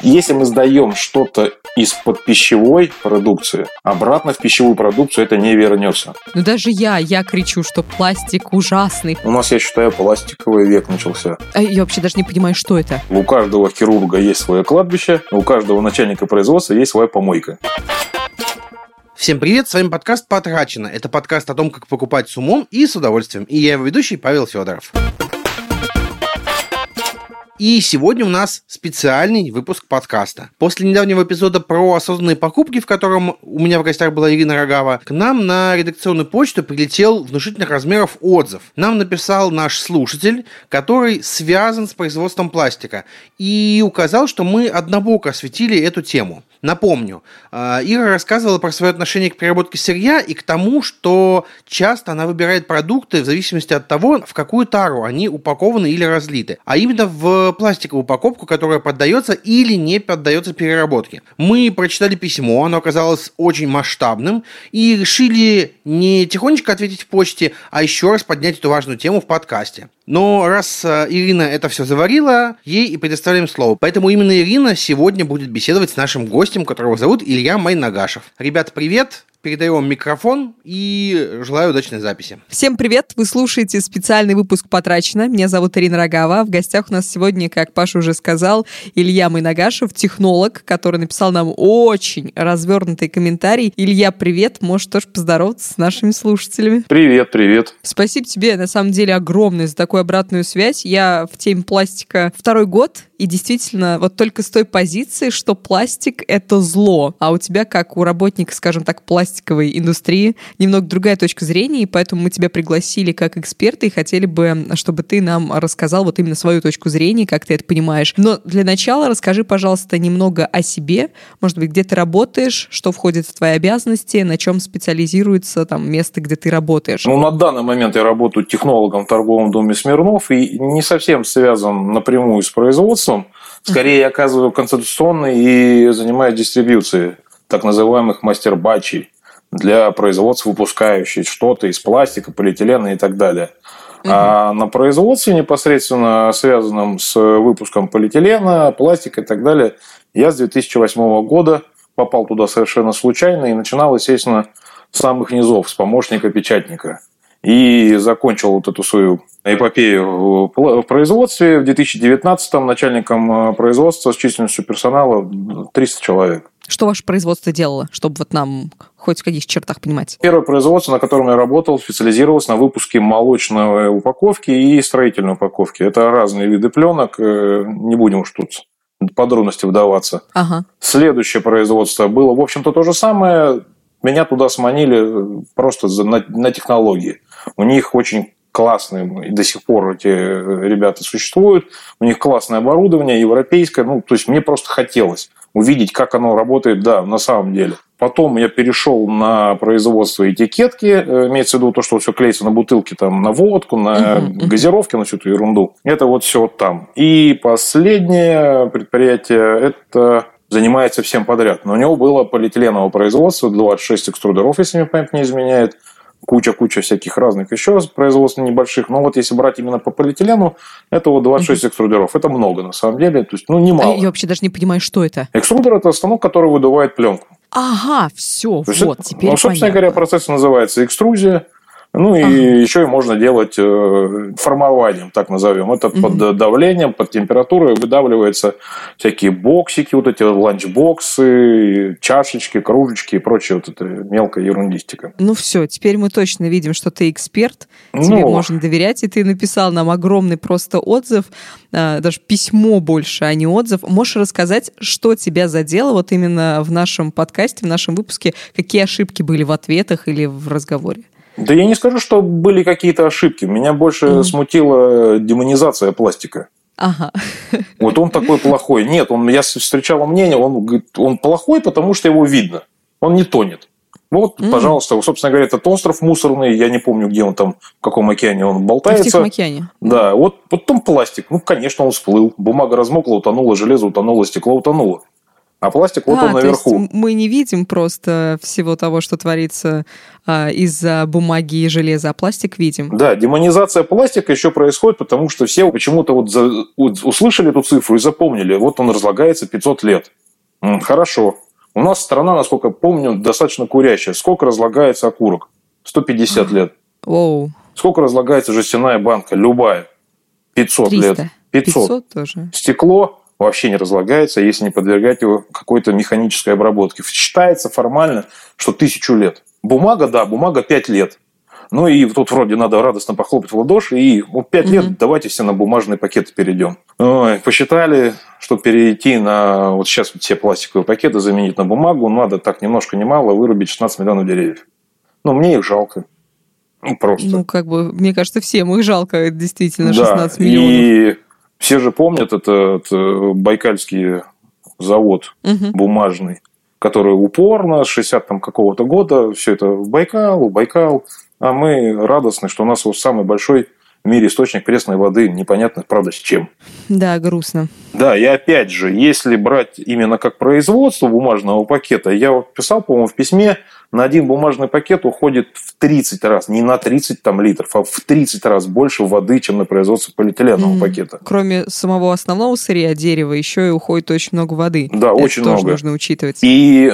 Если мы сдаем что-то из-под пищевой продукции, обратно в пищевую продукцию это не вернется. Ну даже я кричу, что пластик ужасный. У нас, я считаю, пластиковый век начался. Я вообще даже не понимаю, что это. У каждого хирурга есть свое кладбище, у каждого начальника производства есть своя помойка. Всем привет, с вами подкаст «Потрачено». Это подкаст о том, как покупать с умом и с удовольствием. И я его ведущий Павел Федоров. И сегодня у нас специальный выпуск подкаста. После недавнего эпизода про осознанные покупки, в котором у меня в гостях была Ирина Рогава, к нам на редакционную почту прилетел внушительных размеров отзыв. Нам написал наш слушатель, который связан с производством пластика, и указал, что мы однобоко осветили эту тему. Напомню, Ира рассказывала про свое отношение к переработке сырья и к тому, что часто она выбирает продукты в зависимости от того, в какую тару они упакованы или разлиты, а именно в пластиковую упаковку, которая поддается или не поддается переработке. Мы прочитали письмо, оно оказалось очень масштабным, и решили не тихонечко ответить в почте, а еще раз поднять эту важную тему в подкасте. Но раз Ирина это все заварила, ей и предоставляем слово. Поэтому именно Ирина сегодня будет беседовать с нашим гостем, которого зовут Илья Майнагашев. Ребята, привет! Передаю вам микрофон и желаю удачной записи. Всем привет! Вы слушаете специальный выпуск «Потрачено». Меня зовут Ирина Рогава. В гостях у нас сегодня, как Паша уже сказал, Илья Майнагашев, технолог, который написал нам очень развернутый комментарий. Илья, привет! Можешь тоже поздороваться с нашими слушателями. Привет. Спасибо тебе, на самом деле, огромное за такую обратную связь. Я в теме пластика второй год, и действительно, вот только с той позиции, что пластик — это зло. А у тебя, как у работника, скажем так, пластиковой индустрии, немного другая точка зрения, и поэтому мы тебя пригласили как эксперта и хотели бы, чтобы ты нам рассказал вот именно свою точку зрения, как ты это понимаешь. Но для начала расскажи, пожалуйста, немного о себе. Может быть, где ты работаешь, что входит в твои обязанности, на чем специализируется там место, где ты работаешь. На данный момент я работаю технологом в торговом доме Смирнов и не совсем связан напрямую с производством. Скорее, я оказываю консультационный и занимаюсь дистрибьюцией так называемых мастер-батчей для производства, выпускающих что-то из пластика, полиэтилена и так далее. А на производстве, непосредственно связанном с выпуском полиэтилена, пластика и так далее, я с 2008 года попал туда совершенно случайно и начинал, естественно, с самых низов, с помощника печатника. И закончил вот эту свою эпопею в производстве в 2019-м начальником производства с численностью персонала 300 человек. Что ваше производство делало, чтобы вот нам хоть в каких чертах понимать? Первое производство, на котором я работал, специализировалось на выпуске молочной упаковки и строительной упаковки. Это разные виды пленок, не будем уж тут в подробности вдаваться. Ага. Следующее производство было, в общем-то, то же самое. Меня туда сманили просто на технологии. У них очень классные, и до сих пор эти ребята существуют, у них классное оборудование, европейское, то есть мне просто хотелось увидеть, как оно работает, да, на самом деле. Потом я перешел на производство этикетки, имеется в виду то, что все клеится на бутылки, там, на водку, на газировки, на всю эту ерунду. Это вот все там. И последнее предприятие, это занимается всем подряд. Но у него было полиэтиленовое производство, 26 экструдеров, если мне память не изменяет. Куча всяких разных еще производств небольших. Но вот если брать именно по полиэтилену, это вот 26 экструдеров. Это много, на самом деле. То есть, немало. Я вообще даже не не понимаю, что это. Экструдер – это станок, который выдувает пленку. Ага, все, вот, это, теперь собственно понятно. говоря, процесс называется экструзия. И еще и можно делать формованием, так назовем. Это под давлением, под температурой выдавливаются всякие боксики, вот эти ланчбоксы, чашечки, кружечки и прочее вот это мелкая ерундистика. Все, теперь мы точно видим, что ты эксперт, тебе можно доверять, и ты написал нам огромный просто отзыв, даже письмо больше, а не отзыв. Можешь рассказать, что тебя задело вот именно в нашем подкасте, в нашем выпуске, какие ошибки были в ответах или в разговоре? Да я не скажу, что были какие-то ошибки. Меня больше смутила демонизация пластика. Ага. Вот он такой плохой. Нет, я встречал мнение, он плохой, потому что его видно. Он не тонет. Вот, пожалуйста, собственно говоря, этот остров мусорный, я не помню, где он там, в каком океане он болтается. В Тихом океане. Да, вот там пластик. Конечно, он всплыл. Бумага размокла, утонула, железо утонуло, стекло утонуло. А пластик вот он наверху. То есть мы не видим просто всего того, что творится из-за бумаги и железа, а пластик видим. Да, демонизация пластика еще происходит, потому что все почему-то услышали эту цифру и запомнили. Вот он разлагается 500 лет. Хорошо. У нас страна, насколько помню, достаточно курящая. Сколько разлагается окурок? 150 лет. Оу. Сколько разлагается жестяная банка? Любая. 500 300. лет. 500 тоже. Стекло вообще не разлагается, если не подвергать его какой-то механической обработке. Считается формально, что 1000 лет. Бумага, да, бумага 5 лет. Ну и тут вроде надо радостно похлопать в ладоши, и 5 лет давайте все на бумажные пакеты перейдем. Ой, посчитали, что перейти на... Вот сейчас все пластиковые пакеты заменить на бумагу, надо так немножко не мало вырубить 16 миллионов деревьев. Ну, мне их жалко. Просто. Ну, как бы, мне кажется, всем их жалко, действительно, 16 миллионов. И все же помнят этот Байкальский завод бумажный, который упорно с 60 какого-то года все это в Байкал. А мы радостны, что у нас вот самый большой в мире источник пресной воды, непонятно, правда, с чем. Да, грустно. Да, и опять же, если брать именно как производство бумажного пакета, я вот писал, по-моему, в письме, на один бумажный пакет уходит в 30 раз, не на 30 там, литров, а в 30 раз больше воды, чем на производство полиэтиленового пакета. Кроме самого основного сырья дерева, еще и уходит очень много воды. Да, это очень много. Тоже нужно учитывать. И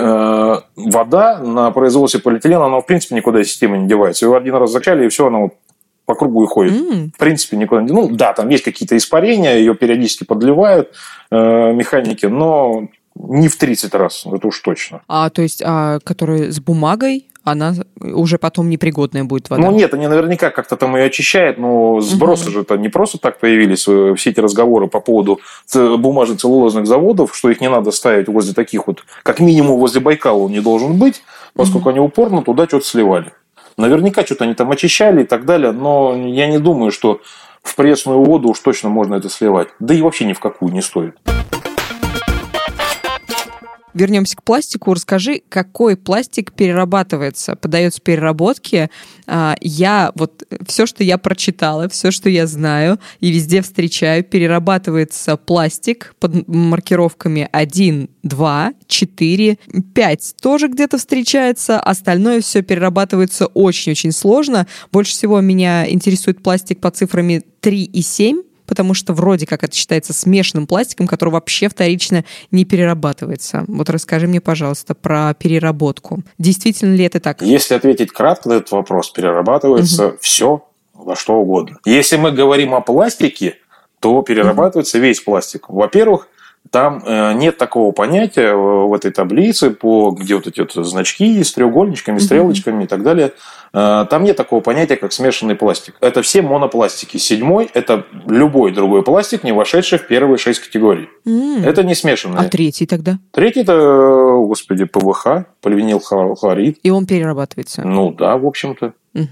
вода на производстве полиэтилена, она в принципе никуда из системы не девается. Ее один раз закачали, и все, она вот по кругу и ходит. В принципе, никуда не... Ну, да, там есть какие-то испарения, ее периодически подливают механики, но не в 30 раз, это уж точно. То есть, которая с бумагой, она уже потом непригодная будет вода? Ну, нет, они наверняка как-то там ее очищают, но сбросы же это не просто так появились, все эти разговоры по поводу бумажных целлулозных заводов, что их не надо ставить возле таких вот, как минимум возле Байкала он не должен быть, поскольку они упорно туда что-то сливали. Наверняка что-то они там очищали и так далее, но я не думаю, что в пресную воду уж точно можно это сливать. Да и вообще ни в какую не стоит. Вернемся к пластику. Расскажи, какой пластик перерабатывается, подается переработке. Все, что я прочитала, все, что я знаю и везде встречаю, перерабатывается пластик под маркировками 1, 2, 4, 5 тоже где-то встречается. Остальное все перерабатывается очень-очень сложно. Больше всего меня интересует пластик под цифрами 3 и 7. Потому что вроде как это считается смешанным пластиком, который вообще вторично не перерабатывается. Вот расскажи мне, пожалуйста, про переработку. Действительно ли это так? Если ответить кратко на этот вопрос, перерабатывается все во что угодно. Если мы говорим о пластике, то перерабатывается весь пластик. Во-первых, там нет такого понятия в этой таблице, где вот эти вот значки с треугольничками, стрелочками и так далее. Там нет такого понятия, как смешанный пластик. Это все монопластики. 7-й – это любой другой пластик, не вошедший в первые 6 категорий. Это не смешанный. А 3-й тогда? 3-й – это, господи, ПВХ, поливинилхлорид. И он перерабатывается? Ну да, в общем-то.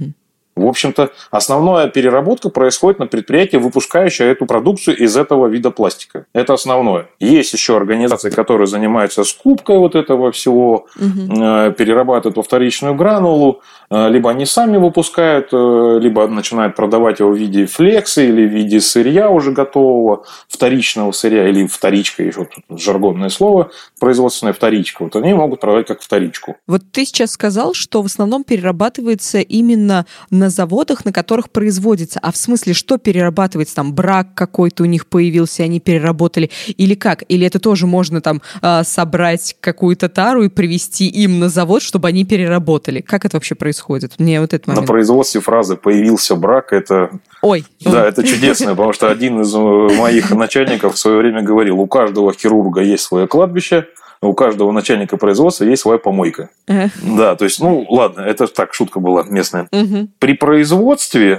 В общем-то, основная переработка происходит на предприятии, выпускающее эту продукцию из этого вида пластика. Это основное. Есть еще организации, которые занимаются скупкой вот этого всего, перерабатывают во вторичную гранулу, либо они сами выпускают, либо начинают продавать его в виде флекса или в виде сырья уже готового, вторичного сырья или вторичка, еще тут жаргонное слово, производственная вторичка. Вот они могут продавать как вторичку. Вот ты сейчас сказал, что в основном перерабатывается именно на заводах, на которых производится. А в смысле, что перерабатывается? Там брак какой-то у них появился, они переработали? Или как? Или это тоже можно там собрать какую-то тару и привезти им на завод, чтобы они переработали? Как это вообще происходит? Мне вот этот момент. На производстве фразы «появился брак» это... Да, это чудесно, потому что один из моих начальников в свое время говорил, у каждого хирурга есть свое кладбище, у каждого начальника производства есть своя помойка. Да, то есть, ладно, это так, шутка была местная. При производстве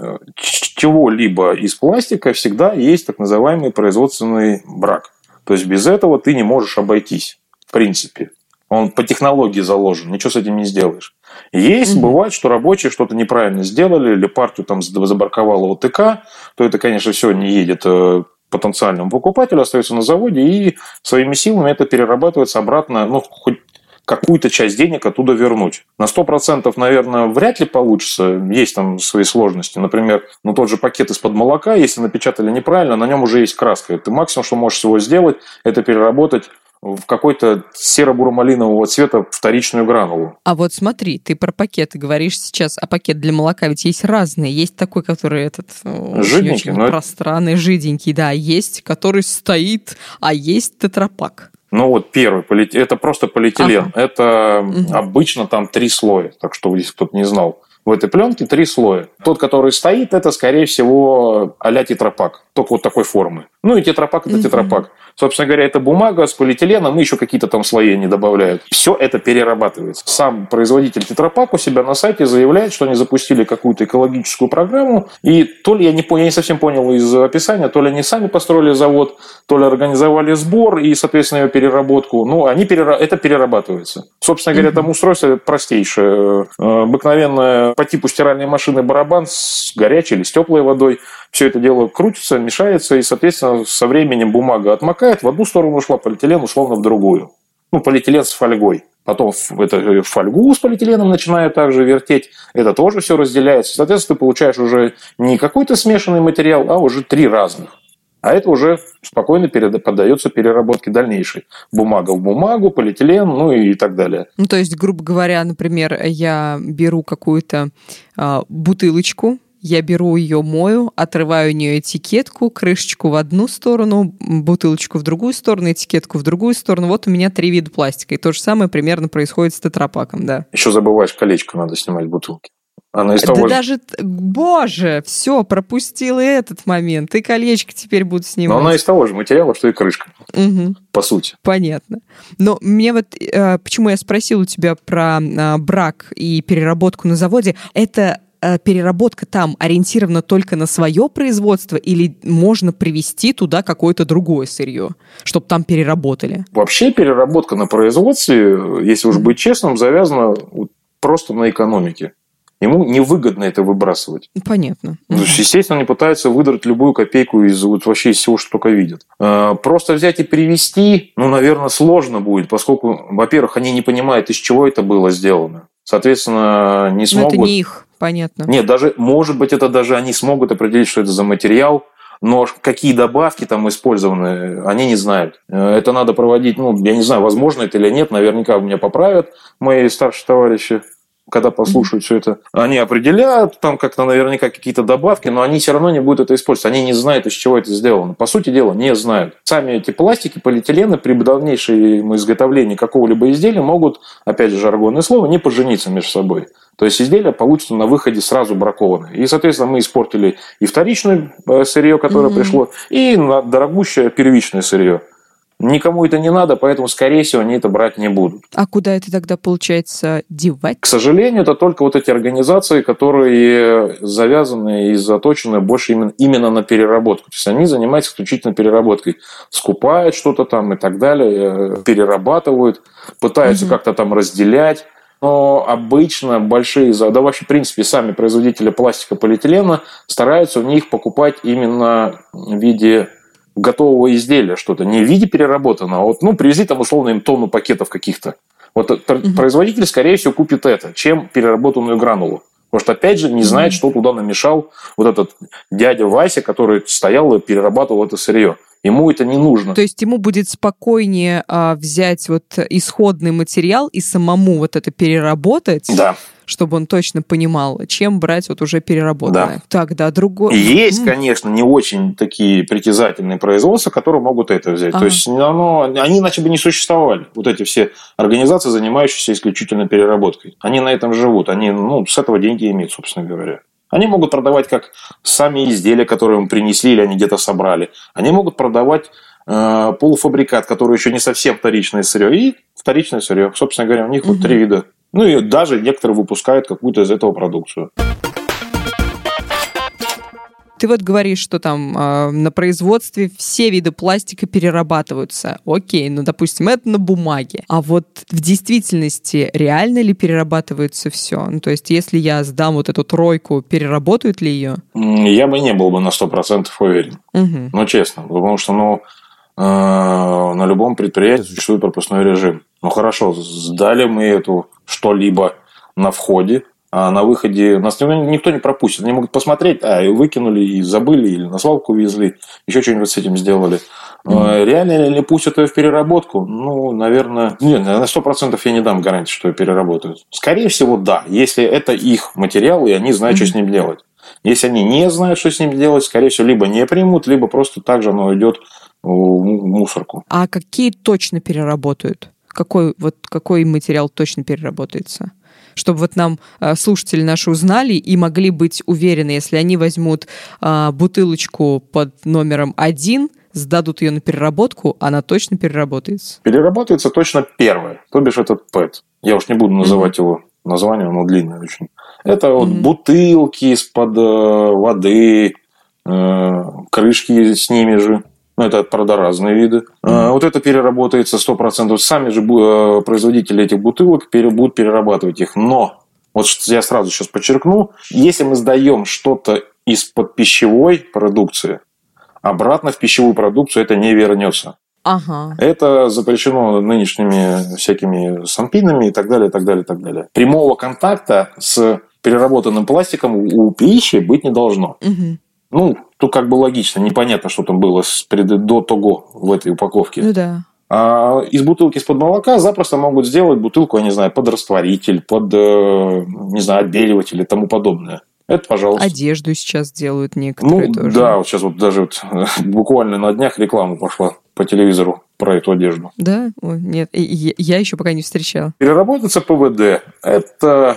чего-либо из пластика всегда есть так называемый производственный брак. То есть, без этого ты не можешь обойтись, в принципе. Он по технологии заложен, ничего с этим не сделаешь. Бывает, что рабочие что-то неправильно сделали, или партию там забраковало ОТК, то это, конечно, все не едет потенциальному покупателю, остается на заводе, и своими силами это перерабатывается обратно, хоть какую-то часть денег оттуда вернуть. На 100%, наверное, вряд ли получится. Есть там свои сложности. Например, тот же пакет из-под молока, если напечатали неправильно, на нем уже есть краска. Ты максимум, что можешь всего сделать, это переработать в какой-то серо-буро-малинового цвета вторичную гранулу. А вот смотри, ты про пакеты говоришь сейчас, а пакет для молока ведь есть разные. Есть такой, который жиденький, очень пространный, жиденький, да. Есть, который стоит, а есть тетрапак. Ну вот первый, это просто полиэтилен. Ага. Это обычно там 3 слоя, так что если кто-то не знал. В этой пленке 3 слоя. Тот, который стоит, это, скорее всего, а-ля тетрапак. Только вот такой формы. Ну и тетрапак – это тетрапак. Собственно говоря, это бумага с полиэтиленом, и еще какие-то там слои они добавляют. Все это перерабатывается. Сам производитель тетрапак у себя на сайте заявляет, что они запустили какую-то экологическую программу. И то ли я не совсем понял из описания, то ли они сами построили завод, то ли организовали сбор и, соответственно, ее переработку. Ну, это перерабатывается. Собственно говоря, там устройство простейшее. Обыкновенное по типу стиральной машины барабан с горячей или с теплой водой. Все это дело крутится, мешается, и, соответственно, со временем бумага отмокает, в одну сторону ушла, полиэтилен условно в другую. Ну, полиэтилен с фольгой. Потом это фольгу с полиэтиленом начинают также вертеть. Это тоже все разделяется. Соответственно, ты получаешь уже не какой-то смешанный материал, а уже 3 разных. А это уже спокойно поддается переработке дальнейшей. Бумага в бумагу, полиэтилен, ну и так далее. Ну, то есть, грубо говоря, например, я беру какую-то бутылочку, я беру ее, мою, отрываю у нее этикетку, крышечку в одну сторону, бутылочку в другую сторону, этикетку в другую сторону. Вот у меня 3 вида пластика. И то же самое примерно происходит с тетрапаком, да. Еще забываешь, колечко надо снимать в бутылке. Она из того боже, все, пропустила этот момент. И колечко теперь буду снимать. Но она из того же материала, что и крышка. По сути. Понятно. Но мне вот, почему я спросила у тебя про брак и переработку на заводе, это переработка там ориентирована только на свое производство или можно привезти туда какое-то другое сырье, чтобы там переработали? Вообще переработка на производстве, если уж быть честным, завязана просто на экономике. Ему невыгодно это выбрасывать. Понятно. То есть, естественно, они пытаются выдрать любую копейку вообще из всего, что только видят. Просто взять и привезти, наверное, сложно будет, поскольку, во-первых, они не понимают, из чего это было сделано. Соответственно, не смогут... Но это не их, понятно. Нет, может быть, это даже они смогут определить, что это за материал, но какие добавки там использованы, они не знают. Это надо проводить, я не знаю, возможно это или нет, наверняка меня поправят мои старшие товарищи, когда послушают все это. Они определяют там как-то наверняка какие-то добавки, но они все равно не будут это использовать. Они не знают, из чего это сделано. По сути дела, не знают. Сами эти пластики, полиэтилены при дальнейшем изготовлении какого-либо изделия могут, опять же, жаргонное слово, не пожениться между собой. То есть изделие получится на выходе сразу бракованное. И, соответственно, мы испортили и вторичное сырье, которое пришло, и дорогущее первичное сырье. Никому это не надо, поэтому, скорее всего, они это брать не будут. А куда это тогда, получается, девать? К сожалению, это только вот эти организации, которые завязаны и заточены больше именно на переработку. То есть они занимаются исключительно переработкой. Скупают что-то там и так далее, перерабатывают, пытаются как-то там разделять. Но обычно вообще, в принципе, сами производители пластика, полиэтилена стараются у них покупать именно в виде готового изделия что-то, не в виде переработанного, привезли там условно им тонну пакетов каких-то. Вот производитель, скорее всего, купит это, чем переработанную гранулу. Потому что, опять же, не знает, что туда намешал вот этот дядя Вася, который стоял и перерабатывал это сырье. Ему это не нужно. То есть ему будет спокойнее взять вот исходный материал и самому вот это переработать, да, чтобы он точно понимал, чем брать вот уже переработанное. Да. Так, да, другое. Есть, конечно, не очень такие притязательные производства, которые могут это взять. То есть они иначе бы не существовали. Вот эти все организации, занимающиеся исключительно переработкой. Они на этом живут. Они с этого деньги имеют, собственно говоря. Они могут продавать как сами изделия, которые им принесли или они где-то собрали. Они могут продавать полуфабрикат, который еще не совсем вторичное сырье, и вторичное сырье. Собственно говоря, у них вот 3 вида. И даже некоторые выпускают какую-то из этого продукцию. Ты вот говоришь, что там на производстве все виды пластика перерабатываются. Окей, допустим, это на бумаге. А вот в действительности реально ли перерабатывается все? То есть, если я сдам вот эту 3, переработают ли ее? Я бы не был бы на 100% уверен. Честно. Потому что, на любом предприятии существует пропускной режим. Хорошо, сдали мы эту что-либо на входе, а на выходе нас никто не пропустит. Они могут посмотреть, выкинули и забыли, или на свалку увезли, еще что-нибудь с этим сделали. Реально ли пустят ее в переработку? Ну, наверное... Нет, на 100% я не дам гарантии, что ее переработают. Скорее всего, да. Если это их материал, и они знают, что с ним делать. Если они не знают, что с ним делать, скорее всего, либо не примут, либо просто так же оно идет в мусорку. А какие точно переработают? Какой материал точно переработается? Чтобы вот нам слушатели наши узнали и могли быть уверены, если они возьмут бутылочку под номером 1, сдадут ее на переработку, она точно переработается. Переработается точно первое, то бишь этот PET. Я уж не буду называть его название, оно длинное очень. Это вот бутылки из-под воды, крышки с ними же. Ну, это, правда, разные виды. Вот это переработается 100%. Сами же производители этих бутылок будут перерабатывать их. Но, вот я сразу сейчас подчеркну, если мы сдаем что-то из-под пищевой продукции, обратно в пищевую продукцию это не вернется. Ага. Это запрещено нынешними всякими санпинами и так далее, и так далее, и так далее. Прямого контакта с переработанным пластиком у пищи быть не должно. Ну, тут как бы логично, непонятно, что там было до того в этой упаковке. Ну да. А из бутылки из-под молока запросто могут сделать бутылку, я не знаю, под растворитель, под, не знаю, отбеливатель и тому подобное. Это, пожалуйста. Одежду сейчас делают некоторые тоже. Да, вот сейчас вот даже буквально на днях реклама пошла по телевизору про эту одежду. Да? Ой, нет, я еще пока не встречала. Переработается ПВД. Это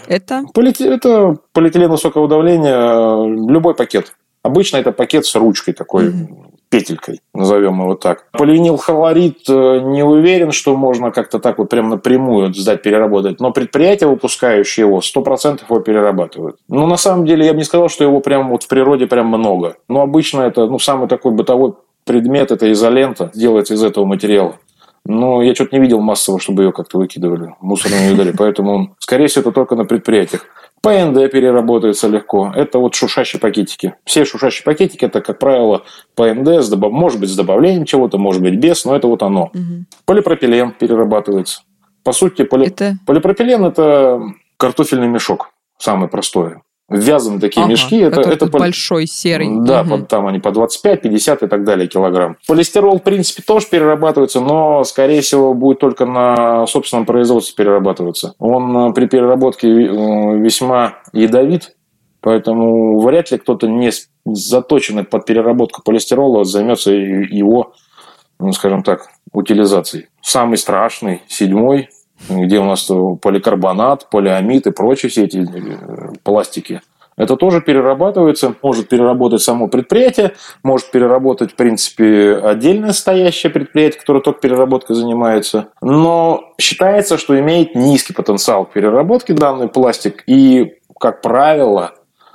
полиэтилен высокого давления, любой пакет. Обычно это пакет с ручкой такой, петелькой, назовем его так. Поливинилхлорид не уверен, что можно как-то так вот прям напрямую сдать, переработать. Но предприятия, выпускающие его, 100% его перерабатывают. Но на самом деле я бы не сказал, что его прям вот в природе прям много. Но обычно это самый такой бытовой предмет, это изолента, делается из этого материала. Но я что-то не видел массово, чтобы ее как-то выкидывали, мусорно не видали. Поэтому, скорее всего, это только на предприятиях. ПНД переработается легко. Это вот шуршащие пакетики. Все шуршащие пакетики, это, как правило, ПНД, может быть, с добавлением чего-то, может быть, без, но это вот оно. Полипропилен перерабатывается. По сути, полипропилен – это картофельный мешок, самое простое. Ввязаны такие мешки. Это большой, серый. Да, там они по 25, 50 и так далее килограмм. Полистирол, в принципе, тоже перерабатывается, но, скорее всего, будет только на собственном производстве перерабатываться. Он при переработке весьма ядовит, поэтому вряд ли кто-то не заточенный под переработку полистирола займется его, скажем так, утилизацией. Самый страшный, 7-й, где у нас поликарбонат, полиамид и прочие все эти пластики. Это тоже перерабатывается. Может переработать само предприятие, может переработать, в принципе, отдельно стоящее предприятие, которое только переработкой занимается. Но считается, что имеет низкий потенциал переработки данный пластик. И, как правило,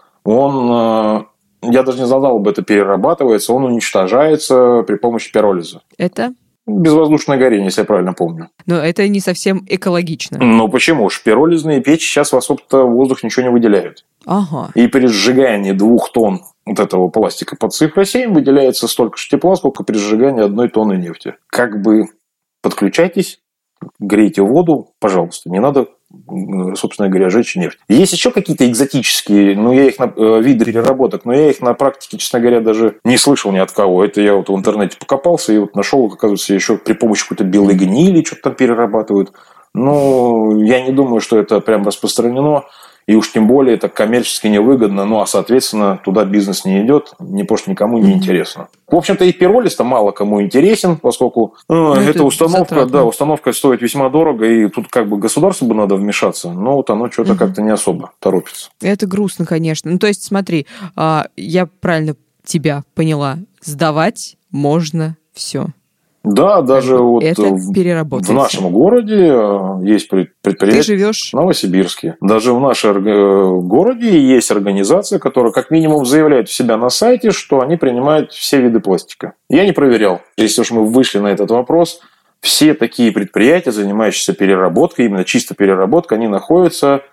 он, я даже не знал, об это перерабатывается, он уничтожается при помощи пиролиза. Это? Безвоздушное горение, если я правильно помню. Но это не совсем экологично. Ну почему? Пиролизные печи сейчас в особо воздух ничего не выделяют. Ага. И при сжигании 2 тонн вот этого пластика под цифрой 7 выделяется столько же тепла, сколько при сжигании 1 тонны нефти. Как бы подключайтесь, грейте воду, пожалуйста. Не надо, собственно говоря, жечь нефть. Есть еще какие-то экзотические, виды переработок, но я их на практике, честно говоря, даже не слышал ни от кого. Это я вот в интернете покопался и вот нашел, оказывается, еще при помощи какой-то белой гнили что-то там перерабатывают. Но я не думаю, что это прям распространено. И уж тем более это коммерчески невыгодно, ну а соответственно туда бизнес не идет, потому что никому не интересно. В общем-то и пиролиз-то мало кому интересен, поскольку эта установка стоит весьма дорого, и тут как бы государству бы надо вмешаться, но вот оно что-то как-то не особо торопится. Это грустно, конечно. Ну то есть смотри, я правильно тебя поняла, сдавать можно все. Да, даже вот в нашем городе есть предприятие. Ты живешь в Новосибирске. Даже в нашем городе есть организация, которая как минимум заявляет у себя на сайте, что они принимают все виды пластика. Я не проверял. Если уж мы вышли на этот вопрос, все такие предприятия, занимающиеся переработкой, именно чисто переработкой, они находятся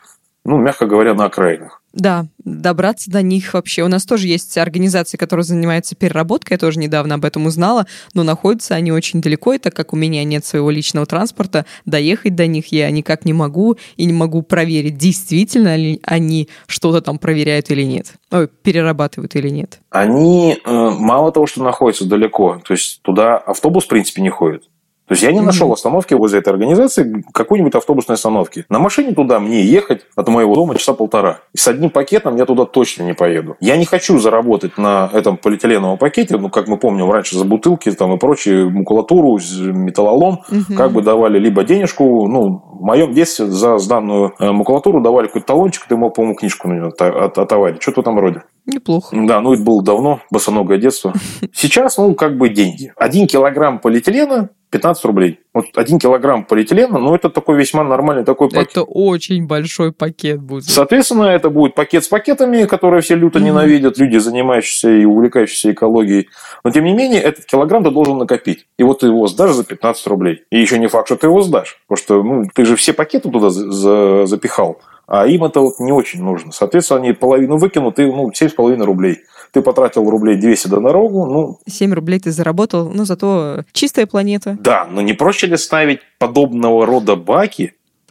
мягко говоря, на окраинах. Да, добраться до них вообще. У нас тоже есть организации, которые занимаются переработкой, я тоже недавно об этом узнала, но находятся они очень далеко, и так как у меня нет своего личного транспорта, доехать до них я никак не могу, и не могу проверить, действительно ли они что-то там проверяют или нет, перерабатывают или нет. Они мало того, что находятся далеко, то есть туда автобус, в принципе, не ходит. То есть я не нашел остановки возле этой организации, какой-нибудь автобусной остановки. На машине туда мне ехать от моего дома часа полтора. И с одним пакетом я туда точно не поеду. Я не хочу заработать на этом полиэтиленовом пакете, как мы помним, раньше за бутылки там, и прочие макулатуру, металлолом, как бы давали либо денежку, в моем детстве за сданную макулатуру давали какой-то талончик, ты мог, по-моему, книжку отоварить. Что-то в этом роде. Неплохо. Да, это было давно, босоногое детство. Сейчас, деньги. 1 килограмм полиэтилена 15 рублей. 1 килограмм полиэтилена, это такой весьма нормальный такой пакет. Это очень большой пакет будет. Соответственно, это будет пакет с пакетами, которые все люто ненавидят, люди, занимающиеся и увлекающиеся экологией. Но, тем не менее, этот килограмм ты должен накопить. И ты его сдашь за 15 рублей. И еще не факт, что ты его сдашь. Потому что ты же все пакеты туда запихал. А им это не очень нужно. Соответственно, они половину выкинут, и 7,5 рублей. Ты потратил рублей 200 на дорогу. 7 рублей ты заработал, зато чистая планета. Да, но не проще ли ставить подобного рода баки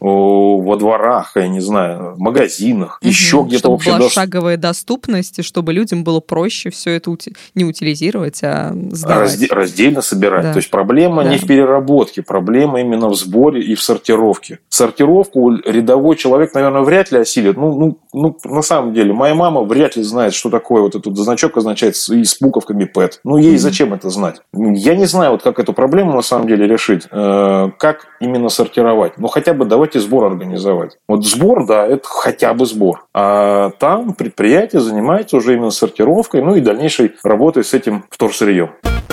во дворах, я не знаю, в магазинах, еще где-то чтобы вообще... была шаговая доступность, и чтобы людям было проще все это не утилизировать, а сдавать. Раздельно собирать. Да. То есть проблема не в переработке, проблема именно в сборе и в сортировке. Сортировку рядовой человек, наверное, вряд ли осилит. На самом деле, моя мама вряд ли знает, что такое этот значок означает с буковками ПЭТ. Ей зачем это знать? Я не знаю, как эту проблему на самом деле решить. Как именно сортировать. Хотя бы давайте сбор организовать. Сбор, да, это хотя бы сбор. А там предприятие занимается уже именно сортировкой, и дальнейшей работой с этим вторсырьем.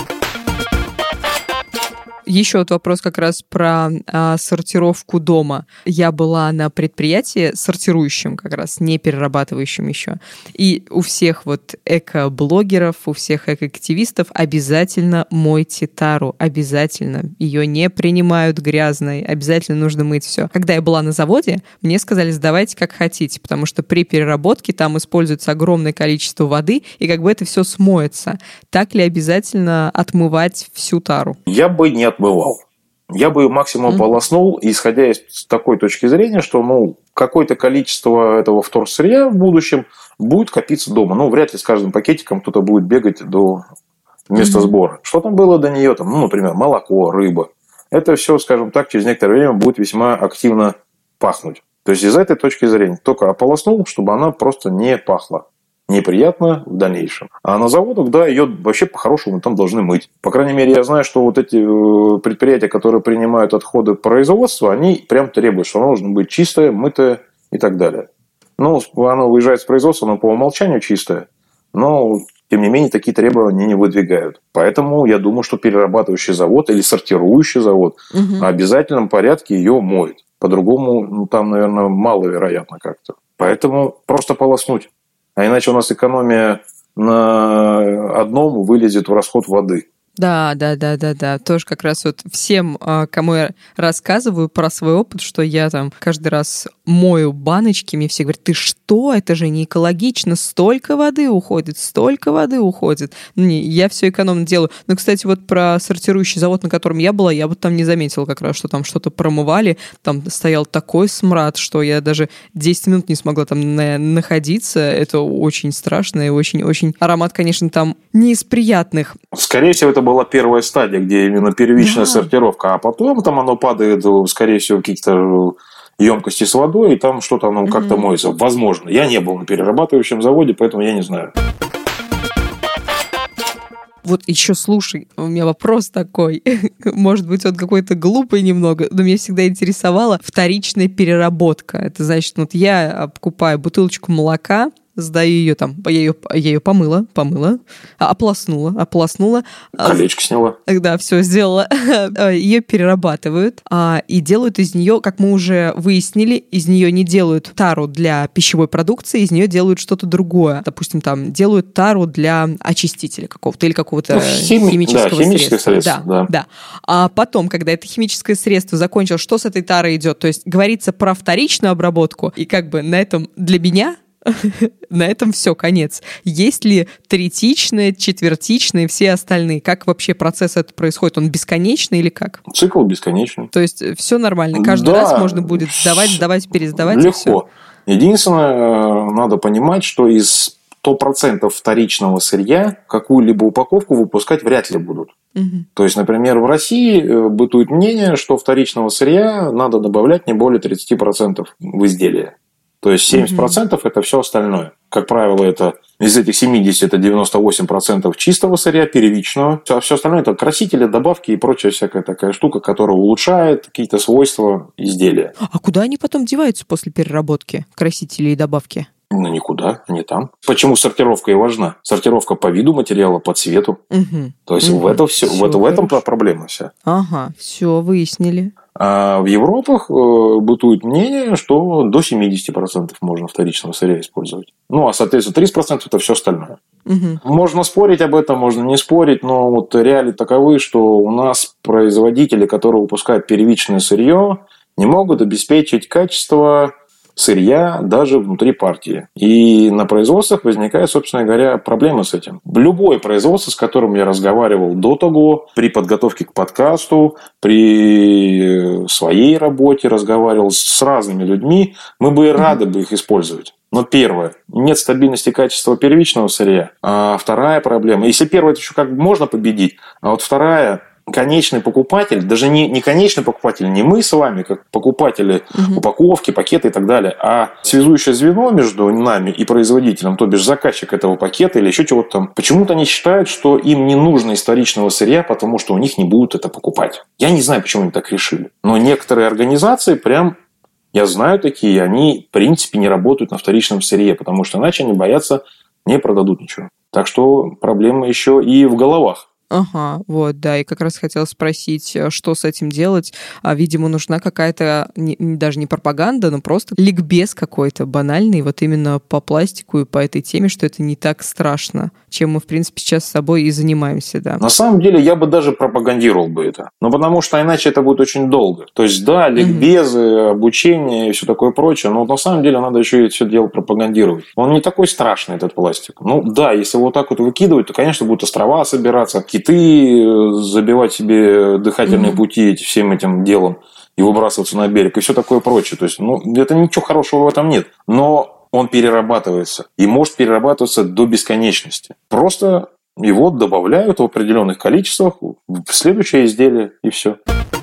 Еще вопрос как раз про сортировку дома. Я была на предприятии сортирующем как раз, не перерабатывающем еще. И у всех эко-блогеров, у всех эко-активистов обязательно мойте тару. Обязательно. Ее не принимают грязной. Обязательно нужно мыть все. Когда я была на заводе, мне сказали, сдавайте как хотите, потому что при переработке там используется огромное количество воды, и это все смоется. Так ли обязательно отмывать всю тару? Я бы не отмывал. Я бы максимум полоснул, исходя из такой точки зрения, что какое-то количество этого вторсырья в будущем будет копиться дома. Вряд ли с каждым пакетиком кто-то будет бегать до места сбора. Что там было до нее? Например, молоко, рыба. Это все, скажем так, через некоторое время будет весьма активно пахнуть. То есть, из этой точки зрения только ополоснул, чтобы она просто не пахла. Неприятно в дальнейшем. А на заводах, да, ее вообще по-хорошему там должны мыть. По крайней мере, я знаю, что эти предприятия, которые принимают отходы производства, они прям требуют, что оно должно быть чистое, мытое и так далее. Оно выезжает с производства, оно по умолчанию чистое, но, тем не менее, такие требования не выдвигают. Поэтому я думаю, что перерабатывающий завод или сортирующий завод в обязательном порядке ее моет. По-другому, там, наверное, маловероятно как-то. Поэтому просто полоснуть. А иначе у нас экономия на одном вылезет в расход воды. Да. Тоже как раз всем, кому я рассказываю про свой опыт, что я там каждый раз мою баночки, мне все говорят, ты что, это же не экологично, столько воды уходит. Я все экономно делаю. Но, кстати, про сортирующий завод, на котором я была, я там не заметила как раз, что там что-то промывали, там стоял такой смрад, что я даже 10 минут не смогла там находиться. Это очень страшно и очень-очень... Аромат, конечно, там не из приятных. Скорее всего, это была первая стадия, где именно первичная сортировка, а потом там оно падает, скорее всего, в какие-то емкости с водой, и там что-то оно как-то моется. Возможно. Я не был на перерабатывающем заводе, поэтому я не знаю. Еще слушай, у меня вопрос такой. Может быть, он какой-то глупый немного, но меня всегда интересовала вторичная переработка. Это значит, я покупаю бутылочку молока, сдаю ее там, я ее помыла, ополоснула. Колечко сняла. Да, все сделала. Ее перерабатывают и делают из нее, как мы уже выяснили, из нее не делают тару для пищевой продукции, из нее делают что-то другое. Допустим, там делают тару для очистителя какого-то или какого-то химического средства. Да. А потом, когда это химическое средство закончилось, что с этой тарой идет? То есть говорится про вторичную обработку, и как бы на этом для меня на этом все, конец. Есть ли третичные, четвертичные, все остальные? Как вообще процесс этот происходит? Он бесконечный или как? Цикл бесконечный. То есть все нормально? Каждый раз можно будет сдавать, пересдавать? Легко. Единственное, надо понимать, что из 100% вторичного сырья какую-либо упаковку выпускать вряд ли будут. То есть, например, в России бытует мнение, что вторичного сырья надо добавлять не более 30% в изделие. То есть 70% это все остальное. Как правило, это из этих 70 это 98% чистого сырья, первичного. А все остальное это красители, добавки и прочая всякая такая штука, которая улучшает какие-то свойства изделия. А куда они потом деваются после переработки, красители и добавки? Ну, никуда, они там. Почему сортировка и важна? Сортировка по виду материала, по цвету. То есть в этом проблема вся. Ага, все, выяснили. А в Европах бытует мнение, что до 70% можно вторичного сырья использовать. Ну, а, соответственно, 30% это все остальное. Можно спорить об этом, можно не спорить, но вот реалии таковы, что у нас производители, которые выпускают первичное сырье, не могут обеспечить качество сырья даже внутри партии. И на производствах возникает, собственно говоря, проблема с этим. Любое производство, с которым я разговаривал до того, при подготовке к подкасту, при своей работе разговаривал с разными людьми, мы бы и рады бы их использовать. Но первое, нет стабильности качества первичного сырья. А вторая проблема, если первое, это еще как бы можно победить, а вот вторая, конечный покупатель, даже не конечный покупатель, не мы с вами, как покупатели упаковки, пакеты и так далее, а связующее звено между нами и производителем, то бишь заказчик этого пакета или еще чего-то там, почему-то они считают, что им не нужно историчного сырья, потому что у них не будут это покупать. Я не знаю, почему они так решили. Но некоторые организации прям, я знаю такие, они в принципе не работают на вторичном сырье, потому что иначе они боятся, не продадут ничего. Так что проблема еще и в головах. Ага, вот, да, и как раз хотела спросить, что с этим делать. Видимо, нужна какая-то, даже не пропаганда, но просто ликбез какой-то банальный, вот именно по пластику и по этой теме, что это не так страшно, чем мы, в принципе, сейчас с собой и занимаемся, да. На самом деле, я бы даже пропагандировал бы это. Но потому что иначе это будет очень долго. То есть, да, ликбезы, обучение и все такое прочее, но на самом деле надо еще и все дело пропагандировать. Он не такой страшный, этот пластик. Ну, да, если вот так вот выкидывать, то, конечно, будут острова собираться, киты забивать себе дыхательные пути всем этим делом и выбрасываться на берег и все такое прочее. То есть, это ничего хорошего в этом нет. Но он перерабатывается и может перерабатываться до бесконечности. Просто его добавляют в определенных количествах в следующее изделие и все.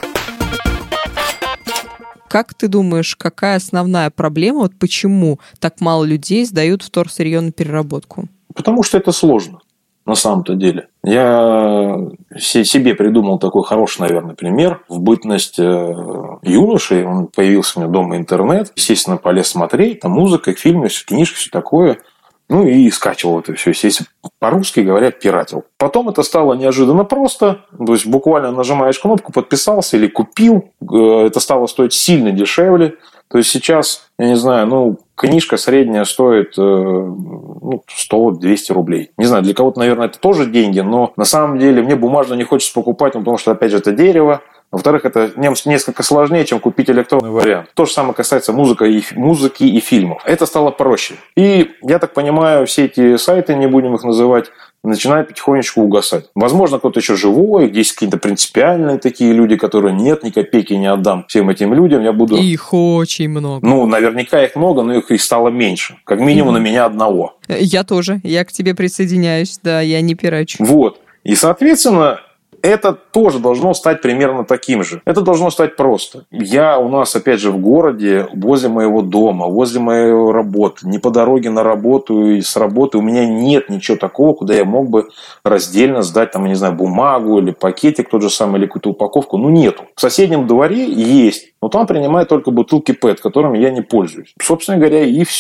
Как ты думаешь, какая основная проблема, вот почему так мало людей сдают вторсырье на переработку? Потому что это сложно. На самом-то деле. Я себе придумал такой хороший, наверное, пример. В бытность юношей, он появился у меня дома интернет. Естественно, полез смотреть, там музыка, фильмы, книжки, все такое. Ну и скачивал это все. Если по-русски говоря, пиратил. Потом это стало неожиданно просто. То есть буквально нажимаешь кнопку, подписался или купил. Это стало стоить сильно дешевле. То есть сейчас, я не знаю, книжка средняя стоит 100-200 рублей. Не знаю, для кого-то, наверное, это тоже деньги, но на самом деле мне бумажно не хочется покупать, потому что, опять же, это дерево. Во-вторых, это несколько сложнее, чем купить электронный вариант. То же самое касается музыки и фильмов. Это стало проще. И, я так понимаю, все эти сайты, не будем их называть, начинают потихонечку угасать. Возможно, кто-то еще живой, есть какие-то принципиальные такие люди, которые нет, ни копейки не отдам всем этим людям. Я буду... Их очень много. Наверняка их много, но их стало меньше. Как минимум на меня одного. Я тоже. Я к тебе присоединяюсь. Да, я не пирачу. Вот. И, соответственно... Это тоже должно стать примерно таким же. Это должно стать просто. У нас, опять же, в городе, возле моего дома, возле моей работы, не по дороге на работу и с работы, у меня нет ничего такого, куда я мог бы раздельно сдать, бумагу или пакетик тот же самый, или какую-то упаковку. Нету. В соседнем дворе есть, но там принимают только бутылки ПЭТ, которыми я не пользуюсь. Собственно говоря, и все.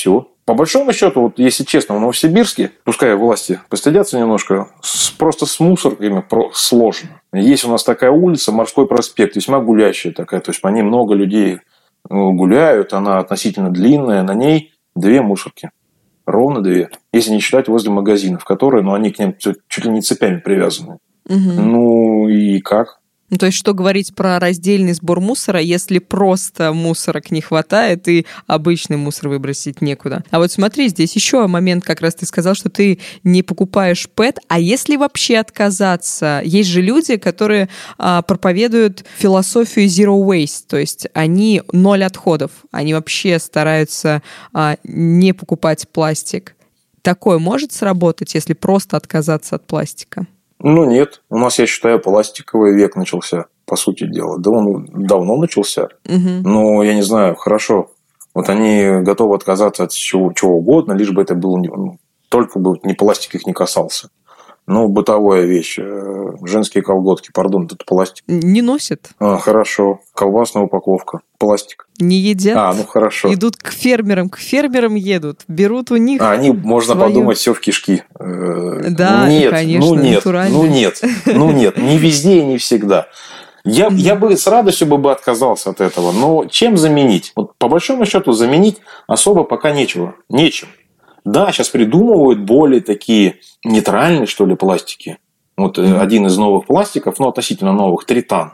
По большому счету, вот если честно, в Новосибирске, пускай власти постыдятся немножко, просто с мусорками сложно. Есть у нас такая улица, Морской проспект, весьма гулящая такая, то есть по ней много людей гуляют, она относительно длинная, на ней 2 мусорки. Ровно 2. Если не считать возле магазинов, которые, они к ним чуть ли не цепями привязаны. Ну и как? Ну, то есть, что говорить про раздельный сбор мусора, если просто мусорок не хватает и обычный мусор выбросить некуда. А вот смотри, здесь еще момент, как раз ты сказал, что ты не покупаешь ПЭТ, а если вообще отказаться? Есть же люди, которые проповедуют философию zero waste, то есть они 0 отходов, они вообще стараются не покупать пластик. Такое может сработать, если просто отказаться от пластика? Ну, нет. У нас, я считаю, пластиковый век начался, по сути дела. Да он давно начался. Но, я не знаю, хорошо. Вот они готовы отказаться от чего угодно, лишь бы это было только бы не пластик их не касался. Ну, бытовая вещь. Женские колготки, пардон, это пластик. Не носят. Хорошо. Колбасная упаковка. Пластик. Не едят. Ну хорошо. Идут к фермерам едут. Берут у них они, можно подумать, все в кишки. Да, нет, конечно, натурально. Нет, не везде и не всегда. Я бы с радостью бы отказался от этого. Но чем заменить? Вот, по большому счету, заменить особо пока нечем. Да, сейчас придумывают более такие нейтральные, что ли, пластики. Вот один из новых пластиков, относительно новых, тритан.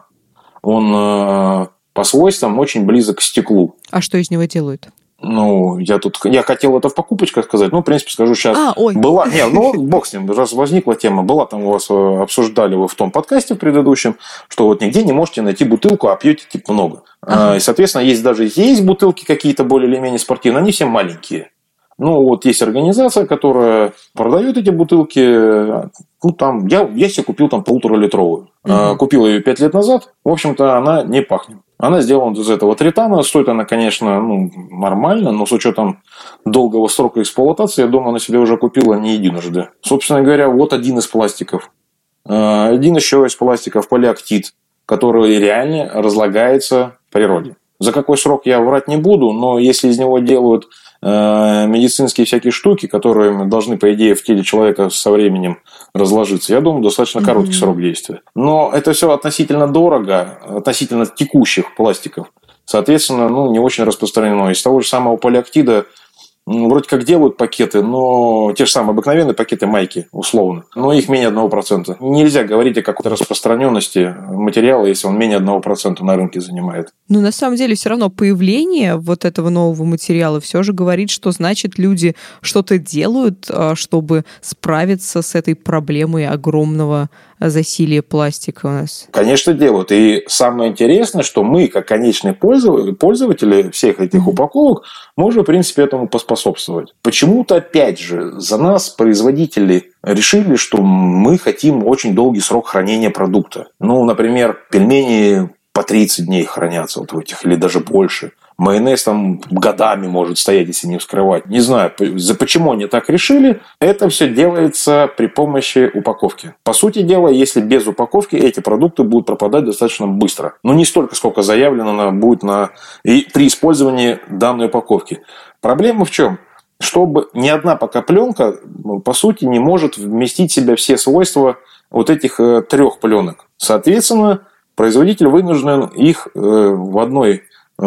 Он по свойствам очень близок к стеклу. А что из него делают? Я хотел это в покупочках сказать, в принципе, скажу сейчас. Была, бог с ним, раз возникла тема, была там у вас, обсуждали вы в том подкасте в предыдущем, что вот нигде не можете найти бутылку, а пьете много. И, соответственно, есть бутылки какие-то более или менее спортивные, они все маленькие. Есть организация, которая продает эти бутылки. Я себе купил 1,5-литровую. Купил ее 5 лет назад. В общем-то, она не пахнет. Она сделана из этого тритана. Стоит она, конечно, нормально, но с учетом долгого срока эксплуатации, я думаю, она себе уже купила не единожды. Собственно говоря, вот один из пластиков. Один еще из пластиков полиактид, который реально разлагается в природе. За какой срок я врать не буду, но если из него делают медицинские всякие штуки, которые должны, по идее, в теле человека со временем разложиться, я думаю, достаточно короткий срок действия. Но это все относительно дорого, относительно текущих пластиков. Соответственно, не очень распространено. Из того же самого полиактида вроде как делают пакеты, но те же самые обыкновенные пакеты майки, условно, но их менее 1%. Нельзя говорить о какой-то распространенности материала, если он менее 1% на рынке занимает. На самом деле, все равно появление вот этого нового материала все же говорит, что, значит, люди что-то делают, чтобы справиться с этой проблемой огромного засилия пластика у нас. Конечно, делают. И самое интересное, что мы, как конечные пользователи всех этих упаковок, можем, в принципе, этому поспособствовать. Почему-то, опять же, за нас производители решили, что мы хотим очень долгий срок хранения продукта. Например, пельмени по 30 дней хранятся в этих, или даже больше. Майонез годами может стоять, если не вскрывать. Не знаю, почему они так решили. Это все делается при помощи упаковки. По сути дела, если без упаковки эти продукты будут пропадать достаточно быстро. Но не столько, сколько заявлено будет при использовании данной упаковки. Проблема в чем? Чтобы ни одна пока пленка, по сути, не может вместить в себя все свойства вот этих 3 пленок. Соответственно, производитель вынужден их в одной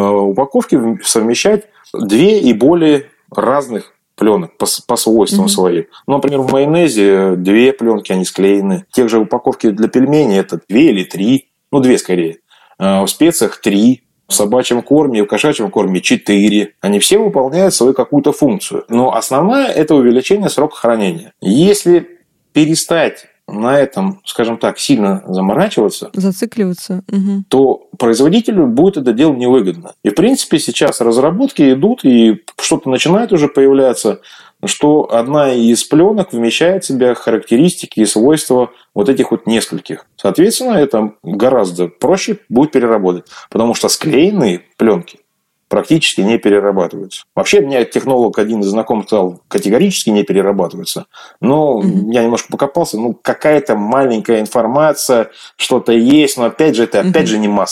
упаковке совмещать 2 и более разных пленок по свойствам своим. Например, в майонезе 2 пленки, они склеены. В тех же упаковке для пельменей это 2 или 3, 2 скорее. В специях 3. В собачьем корме и в кошачьем корме 4. Они все выполняют свою какую-то функцию. Но основная – это увеличение срока хранения. Если перестать на этом, скажем так, сильно заморачиваться, зацикливаться, то производителю будет это дело невыгодно. И, в принципе, сейчас разработки идут, и что-то начинает уже появляться, что одна из пленок вмещает в себя характеристики и свойства вот этих нескольких. Соответственно, это гораздо проще будет переработать, потому что склеенные пленки практически не перерабатываются. Вообще, мне технолог один из знакомых сказал, категорически не перерабатываются. Но я немножко покопался, какая-то маленькая информация, что-то есть, но опять же, это опять же не массово.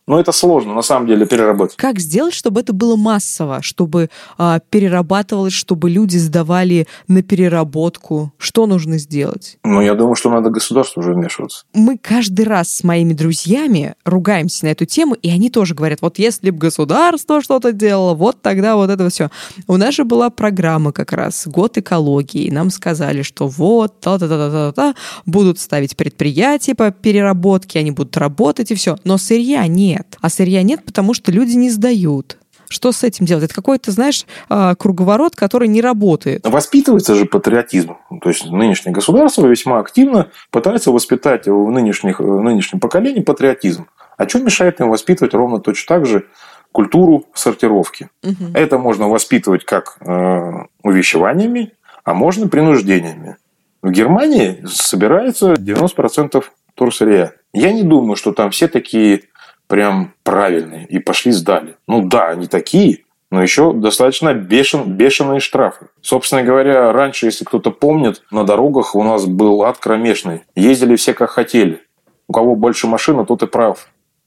Но это сложно, на самом деле, переработать. Как сделать, чтобы это было массово, чтобы перерабатывалось, чтобы люди сдавали на переработку? Что нужно сделать? Я думаю, что надо государству уже вмешиваться. Мы каждый раз с моими друзьями ругаемся на эту тему, и они тоже говорят, вот если бы государство что-то делало, вот тогда вот это все. У нас же была программа как раз «Год экологии», и нам сказали, что вот та-та-та-та-та будут ставить предприятия по переработке, они будут работать и все. Но сырья нет. А сырья нет, потому что люди не сдают. Что с этим делать? Это какой-то, знаешь, круговорот, который не работает. Воспитывается же патриотизм. То есть нынешнее государство весьма активно пытается воспитать в нынешнем поколении патриотизм. А что мешает им воспитывать ровно точно так же культуру сортировки? Угу. Это можно воспитывать как увещеваниями, а можно принуждениями. В Германии собирается 90% вторсырья. Я не думаю, что там все такие прям правильные и пошли сдали. Да, они такие, но еще достаточно бешеные штрафы. Собственно говоря, раньше, если кто-то помнит, на дорогах у нас был ад кромешный. Ездили все как хотели. У кого больше машина, тот и прав.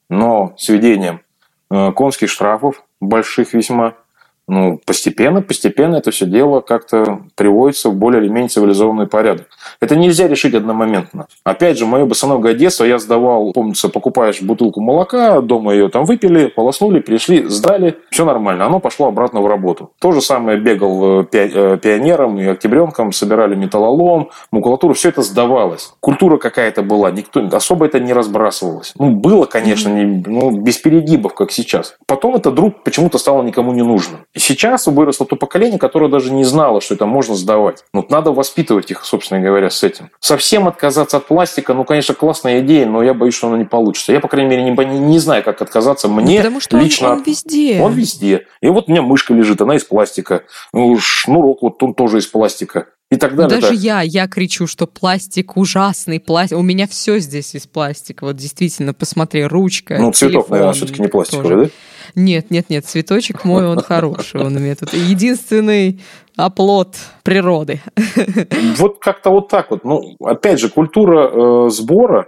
Но с введением конских штрафов, больших весьма, постепенно это все дело как-то приводится в более или менее цивилизованный порядок. Это нельзя решить одномоментно. Опять же, мое босоногое детство я сдавал, помнится, покупаешь бутылку молока, дома ее там выпили, полоснули, пришли, сдали, все нормально, оно пошло обратно в работу. То же самое бегал пионером и октябренком, собирали металлолом, макулатуру, все это сдавалось. Культура какая-то была, никто особо это не разбрасывалось. Было, конечно, без перегибов, как сейчас. Потом это вдруг почему-то стало никому не нужно. И сейчас выросло то поколение, которое даже не знало, что это можно сдавать. Надо воспитывать их, собственно говоря, с этим. Совсем отказаться от пластика, конечно, классная идея, но я боюсь, что она не получится. Я, по крайней мере, не знаю, как отказаться. Мне потому что лично... он везде. Он везде. И вот у меня мышка лежит, она из пластика. Шнурок он тоже из пластика. И так далее. Даже я кричу, что пластик ужасный, пластик. У меня все здесь из пластика. Вот действительно, посмотри, ручка, цветок, телефон, наверное, все-таки не пластиковый, да? Нет, цветочек мой, он хороший. Он у меня тут единственный оплот природы. Вот как-то вот так вот. Опять же, культура сбора,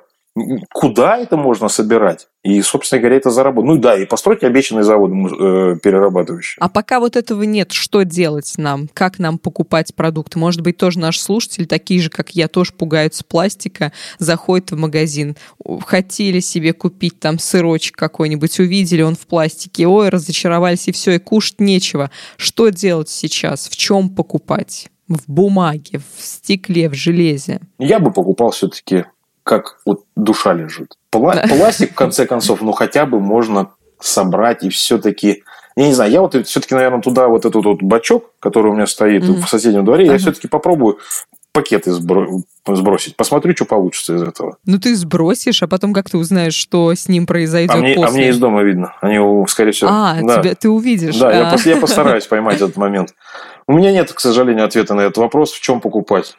куда это можно собирать? И, собственно говоря, это заработать. И постройте обещанные заводы перерабатывающие. А пока вот этого нет, что делать нам? Как нам покупать продукты? Может быть, тоже наши слушатели, такие же, как я, тоже пугаются пластика, заходят в магазин, хотели себе купить там сырочек какой-нибудь, увидели он в пластике, разочаровались, и все, и кушать нечего. Что делать сейчас? В чем покупать? В бумаге, в стекле, в железе? Я бы покупал все-таки как душа лежит. Пластик, в конце концов, хотя бы можно собрать и все-таки... Я не знаю, я все-таки, наверное, туда этот бачок, который у меня стоит в соседнем дворе, я все-таки попробую пакеты сбросить. Посмотрю, что получится из этого. Ты сбросишь, а потом как ты узнаешь, что с ним произойдет после? А мне из дома видно. Они, скорее всего... Ты увидишь. Да, я постараюсь поймать этот момент. У меня нет, к сожалению, ответа на этот вопрос, в чем покупать.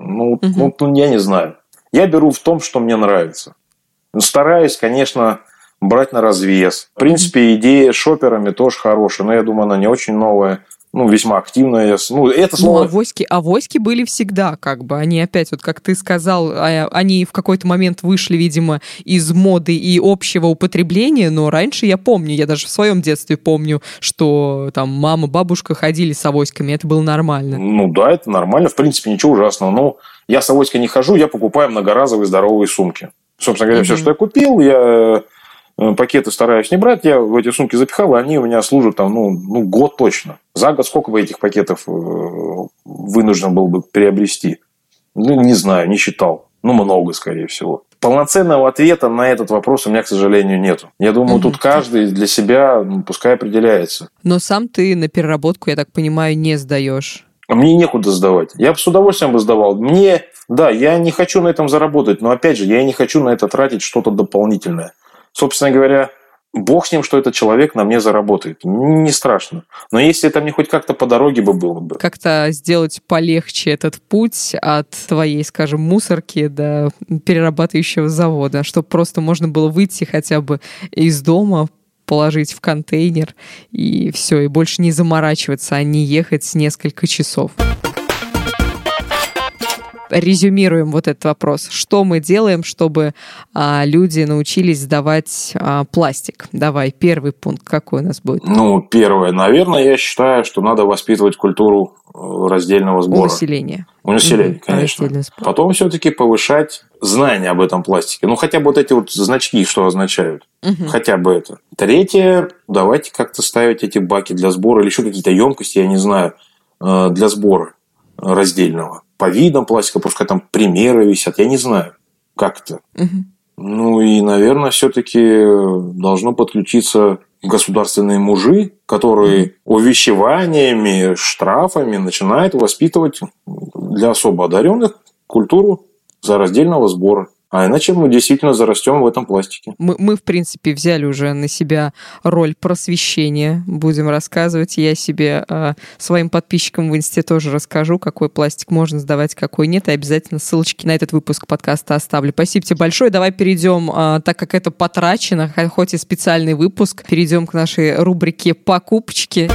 Я не знаю. Я беру в том, что мне нравится. Стараюсь, конечно, брать на развес. В принципе, идея с шоперами тоже хорошая, но я думаю, она не очень новая. Весьма активная. Это слово... авоськи были всегда, Они опять, как ты сказал, они в какой-то момент вышли, видимо, из моды и общего употребления, но раньше я помню, я даже в своем детстве помню, что там мама, бабушка ходили с авоськами, это было нормально. Да, это нормально, в принципе, ничего ужасного. Я с авоськой не хожу, я покупаю многоразовые здоровые сумки. Собственно говоря, все, что я купил, я... Пакеты стараюсь не брать, я в эти сумки запихал, и они у меня служат год точно. За год сколько бы этих пакетов вынужден был бы приобрести? Не знаю, не считал. Много, скорее всего. Полноценного ответа на этот вопрос у меня, к сожалению, нету. Я думаю, тут каждый для себя пускай определяется. Но сам ты на переработку, я так понимаю, не сдаешь. А мне некуда сдавать. Я бы с удовольствием бы сдавал. Я не хочу на этом заработать, но, опять же, я не хочу на это тратить что-то дополнительное. Собственно говоря, бог с ним, что этот человек на мне заработает. Не страшно. Но если это мне хоть как-то по дороге было бы. Как-то сделать полегче этот путь от твоей, скажем, мусорки до перерабатывающего завода, чтобы просто можно было выйти хотя бы из дома, положить в контейнер и все, и больше не заморачиваться, а не ехать несколько часов. резюмируем вот этот вопрос. Что мы делаем, чтобы люди научились сдавать пластик? Давай, первый пункт какой у нас будет? Первое. Наверное, я считаю, что надо воспитывать культуру раздельного сбора. У населения, конечно. Потом все-таки повышать знания об этом пластике. Хотя бы вот эти вот значки, что означают. Хотя бы это. Третье. Давайте как-то ставить эти баки для сбора или еще какие-то емкости, я не знаю, для сбора раздельного. По видам пластика, пускай там примеры висят, я не знаю, как это. И, наверное, все-таки должно подключиться государственные мужи, которые увещеваниями, штрафами начинают воспитывать для особо одаренных культуру раздельного сбора. А иначе мы действительно зарастем в этом пластике. Мы, в принципе, взяли уже на себя роль просвещения. Будем рассказывать. Я себе своим подписчикам в инсте тоже расскажу, какой пластик можно сдавать, какой нет. И обязательно ссылочки на этот выпуск подкаста оставлю. Спасибо тебе большое. Давай перейдем, так как это потрачено, хоть и специальный выпуск, перейдем к нашей рубрике «Покупочки».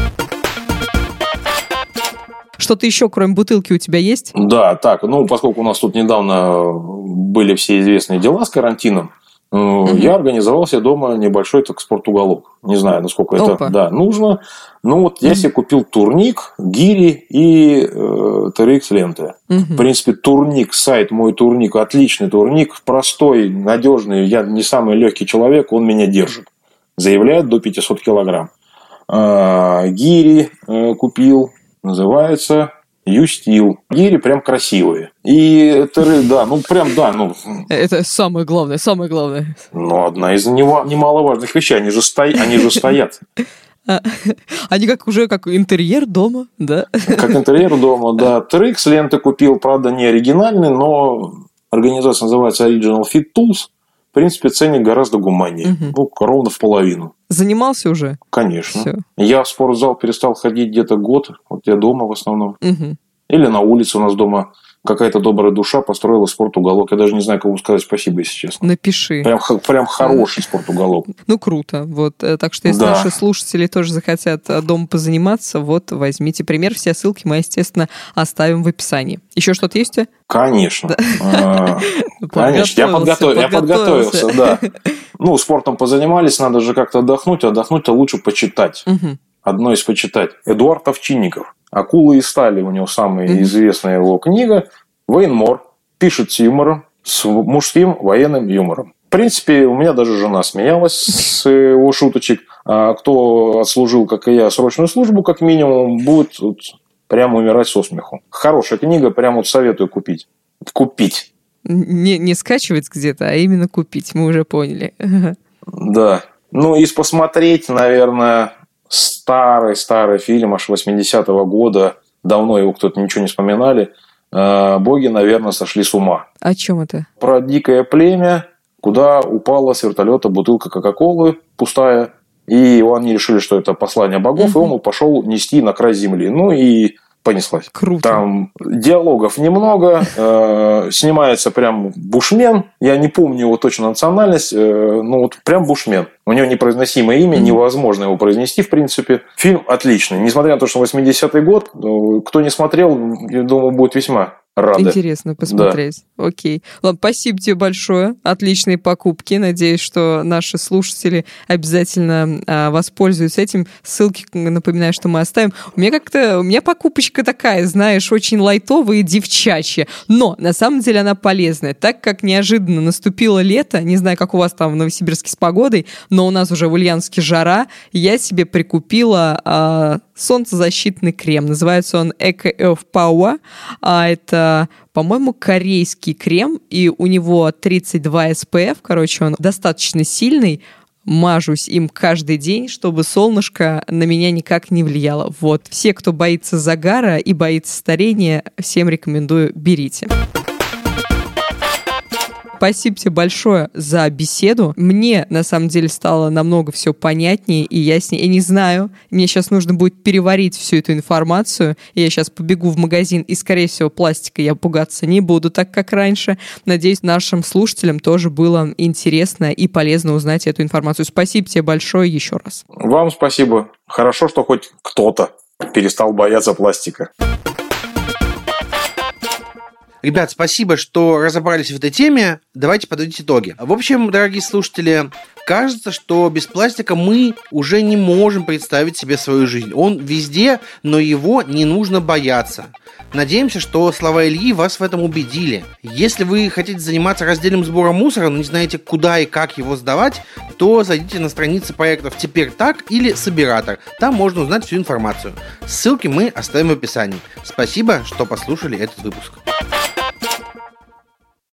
Что-то еще, кроме бутылки, у тебя есть? Да, так, поскольку у нас тут недавно были все известные дела с карантином, я организовал себе дома небольшой спортуголок. Не знаю, насколько это нужно. Я себе купил турник, гири и TRX-ленты. В принципе, турник, сайт «Мой турник», отличный турник, простой, надежный. Я не самый легкий человек, он меня держит. Заявляет до 500 килограмм. Гири купил. Называется Юстил. Гири прям красивые. И это, Это самое главное, самое главное. Одна из немаловажных вещей. Они же стоят. Они как интерьер дома, да? Как интерьер дома, да. Трикс ленты купил, правда, не оригинальный, но организация называется Original Fit Tools. В принципе, ценник гораздо гуманнее. Ровно в половину. Занимался уже? Конечно. Всё. Я в спортзал перестал ходить где-то год. Вот я дома в основном. Или на улице у нас дома какая-то добрая душа построила спортуголок. Я даже не знаю, кому сказать спасибо, если честно. Напиши. Прям хороший спортуголок. Круто. Так что, если наши слушатели тоже захотят дома позаниматься, возьмите пример. Все ссылки мы, естественно, оставим в описании. Еще что-то есть у тебя? Конечно. Конечно. Я подготовился, да. Спортом позанимались, надо же как-то отдохнуть. Отдохнуть-то лучше почитать. Одно из почитать. Эдуард Овчинников. «Акулы и стали» у него самая известная его книга. Военмор. Пишет с юмором, с мужским военным юмором. В принципе, у меня даже жена смеялась с его шуточек. А кто отслужил, как и я, срочную службу, как минимум, будет прямо умирать со смеху. Хорошая книга, прям советую купить. Купить. Не скачивать где-то, а именно купить. Мы уже поняли. Да. И посмотреть, наверное... Старый фильм аж 80-го года. Давно его кто-то ничего не вспоминали. «Боги, наверное, сошли с ума». О чем это? Про дикое племя, куда упала с вертолета бутылка Кока-Колы пустая. И они решили, что это послание богов. И он пошел нести на край земли. И понеслась. Круто. Там диалогов немного. Снимается прям бушмен. Я не помню его точно национальность. Прям бушмен. У него непроизносимое имя. Невозможно его произнести, в принципе. Фильм отличный. Несмотря на то, что 80-й год, кто не смотрел, я думаю, будет весьма рады. Интересно посмотреть. Да. Окей. Ладно, спасибо тебе большое. Отличные покупки. Надеюсь, что наши слушатели обязательно воспользуются этим. Ссылки, напоминаю, что мы оставим. У меня покупочка такая, знаешь, очень лайтовая и девчачья. Но на самом деле она полезная. Так как неожиданно наступило лето, не знаю, как у вас там в Новосибирске с погодой, но у нас уже в Ульяновске жара, я себе прикупила солнцезащитный крем. Называется он Eco Earth Power. Это, по-моему, корейский крем, и у него 32 SPF. Короче, он достаточно сильный. Мажусь им каждый день, чтобы солнышко на меня никак не влияло. Все, кто боится загара и боится старения, всем рекомендую, берите. Спасибо тебе большое за беседу. Мне, на самом деле, стало намного все понятнее и яснее. Я не знаю, мне сейчас нужно будет переварить всю эту информацию. Я сейчас побегу в магазин, и, скорее всего, пластика я пугаться не буду, так как раньше. Надеюсь, нашим слушателям тоже было интересно и полезно узнать эту информацию. Спасибо тебе большое еще раз. Вам спасибо. Хорошо, что хоть кто-то перестал бояться пластика. Ребят, спасибо, что разобрались в этой теме. Давайте подводить итоги. В общем, дорогие слушатели, кажется, что без пластика мы уже не можем представить себе свою жизнь. Он везде, но его не нужно бояться. Надеемся, что слова Ильи вас в этом убедили. Если вы хотите заниматься раздельным сбором мусора, но не знаете, куда и как его сдавать, то зайдите на страницы проектов «Теперь так» или «Собиратор». Там можно узнать всю информацию. Ссылки мы оставим в описании. Спасибо, что послушали этот выпуск.